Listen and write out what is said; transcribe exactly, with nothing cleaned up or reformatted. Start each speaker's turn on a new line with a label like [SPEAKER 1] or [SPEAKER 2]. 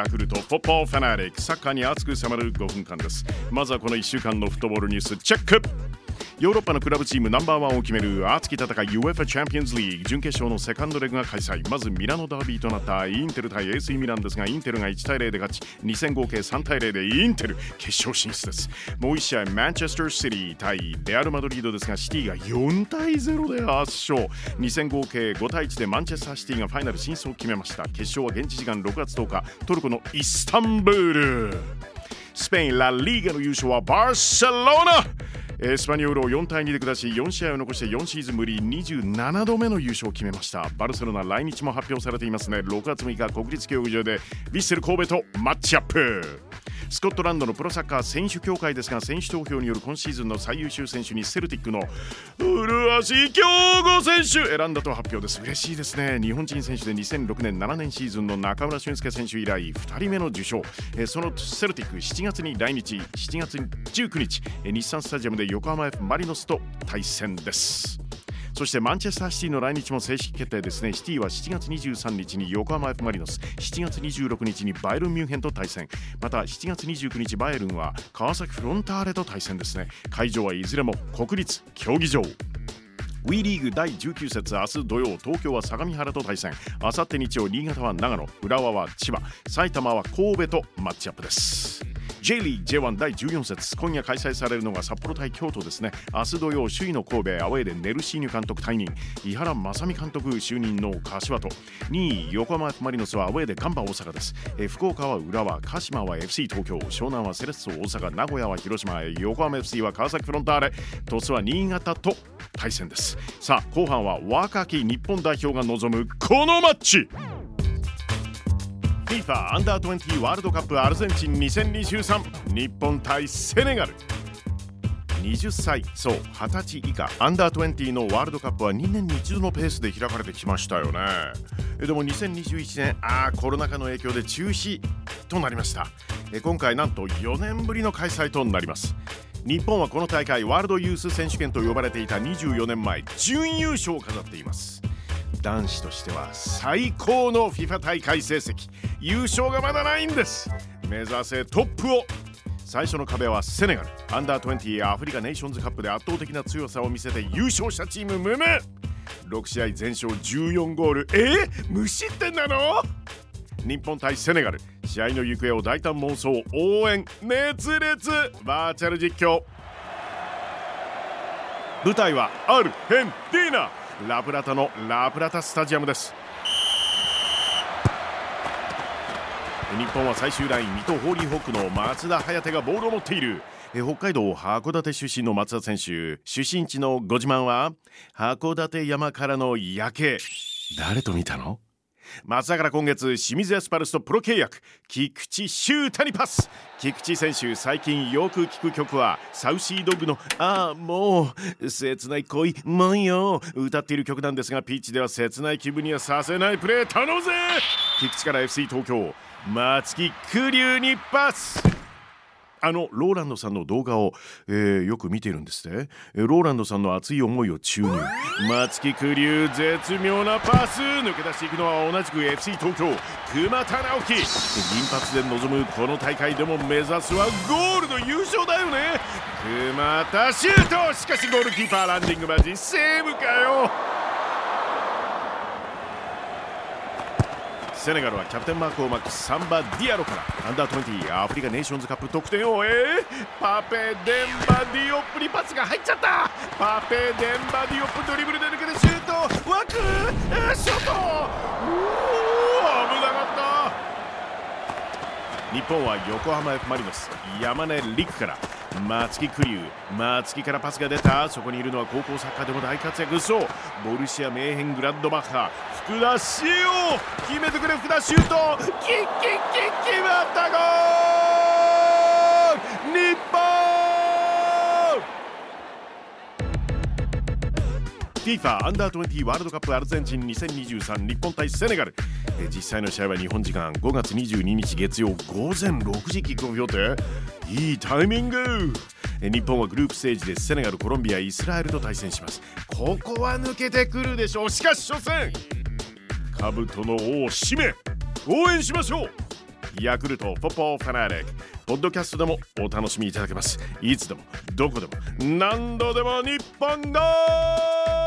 [SPEAKER 1] ヤクルトフォッポーファナリック、サッカーに熱く迫るごふんかんです。まずはこのいっしゅうかんのフットボールニュースチェック。ヨーロッパのクラブチームナンバーワンを決める熱き戦い ユーエフエー チャンピオンズリーグ準決勝のセカンドレグが開催。まずミラノダービーとなったインテル対 エーエス ミランですが、インテルがいちたいゼロで勝ち、に戦合計さんたいゼロでインテル決勝進出です。もういち試合マンチェスターシティ対レアルマドリードですが、シティがよんたいゼロで圧勝。に戦合計ごたいいちでマンチェスターシティがファイナル進出を決めました。決勝は現地時間ろくがつとおか、トルコのイスタンブール。スペインラリーガの優勝はバルセロナ。エスパニョールをよんたいにで下し、よん試合を残してよんシーズンぶりにじゅうななどめの優勝を決めました。バルセロナ来日も発表されていますね。ろくがつむいか国立競技場でヴィッセル神戸とマッチアップ。スコットランドのプロサッカー選手協会ですが、選手投票による今シーズンの最優秀選手にセルティックの古橋京吾選手選んだと発表です。嬉しいですね。日本人選手でにせんろくねんななねんシーズンの中村俊輔選手以来ふたりめの受賞。そのセルティックしちがつに来日、しちがつじゅうくにち日産スタジアムで横浜 F マリノスと対戦です。そしてマンチェスターシティの来日も正式決定ですね。シティはしちがつにじゅうさんにちに横浜 F マリノス、しちがつにじゅうろくにちにバイエルンミュンヘンと対戦。またしちがつにじゅうくにちバイエルンは川崎フロンターレと対戦ですね。会場はいずれも国立競技場。WE リーグだいじゅうきゅう節、明日土曜東京は相模原と対戦。明後日日曜新潟は長野、浦和は千葉、埼玉は神戸とマッチアップです。J リーグ ジェイワン だいじゅうよん節、今夜開催されるのが札幌対京都ですね。明日土曜首位の神戸アウェーでネルシーニュ監督退任、井原正美監督就任の柏と、にい横浜 F マリノスはアウェーでガンバ大阪です。え福岡は浦和、鹿島は エフシー 東京、湘南はセレッソ大阪、名古屋は広島、横浜 エフシー は川崎フロンターレ、鳥栖は新潟と対戦です。さあ後半は若き日本代表が臨むこのマッチ。FIFA アンダーにじゅうワールドカップアルゼンチンにせんにじゅうさん、日本対セネガル。にじゅっさい、そうはたち以下アンダーにじゅうのワールドカップはにねんに一度のペースで開かれてきましたよね。えでもにせんにじゅういちねん、あーコロナ禍の影響で中止となりました。え今回なんとよねんぶりの開催となります。日本はこの大会ワールドユース選手権と呼ばれていたにじゅうよねんまえ準優勝を飾っています。男子としては最高の FIFA 大会成績、優勝がまだないんです。目指せトップを。最初の壁はセネガル。アンダーにじゅうアフリカネーションズカップで圧倒的な強さを見せて優勝したチームムム。ろく試合全勝じゅうよんゴール。えー、無失点なの？日本対セネガル、試合の行方を大胆妄想、応援熱烈バーチャル実況。舞台はアルヘンティーナ、ラプラタのラプラタスタジアムです。日本は最終ライン、水戸ホーリーホックの松田颯がボールを持っている。北海道函館出身の松田選手、出身地のご自慢は函館山からの夜景。誰と見たの？松田から今月清水エスパルスとプロ契約、菊池秀太にパス。菊池選手、最近よく聴く曲はサウシードッグのああもう切ない恋もんよ、歌っている曲なんですが、ピッチでは切ない気分にはさせないプレー頼むぜ。菊池から エフシー 東京、松木玖生にパス。あのローランドさんの動画を、えー、よく見ているんですね。ローランドさんの熱い思いを注入。松木玖生、絶妙なパス。抜け出していくのは同じく エフシー 東京、熊田直樹。銀髪で臨むこの大会でも目指すはゴールの優勝だよね。熊田シュート。しかしゴールキーパーランディングマジセーブかよ。セネガルはキャプテンマークを巻くサンバ・ディアロからアンダーにじゅうアフリカネーションズカップ得点を、えー、パペ・デンバ・ディオップにパスが入っちゃった。パペ・デンバ・ディオップドリブルで抜けてシュート、枠、えー、シュート。うおー、危なかった。日本は横浜 F マリノス、山根陸から松木玖生。松木からパスが出た。そこにいるのは高校サッカーでも大活躍、そうボルシア・メーヘングラッドバッハ、福田師王。決めてくれ福田、シュート、キッキッキッ決まった。ゴール日本。 FIFA アンダーにじゅうワールドカップアルゼンチンにせんにじゅうさん、日本対セネガル。え実際の試合は日本時間ごがつにじゅうににち月曜ごぜんろくじキックオフ予定。いいタイミング。日本はグループステージでセネガル、コロンビア、イスラエルと対戦します。ここは抜けてくるでしょう。しかし初戦、兜の王締め応援しましょう。 ヤクルトフォッポーファナリックポッドキャストでもお楽しみいただけます。いつでもどこでも何度でも日本語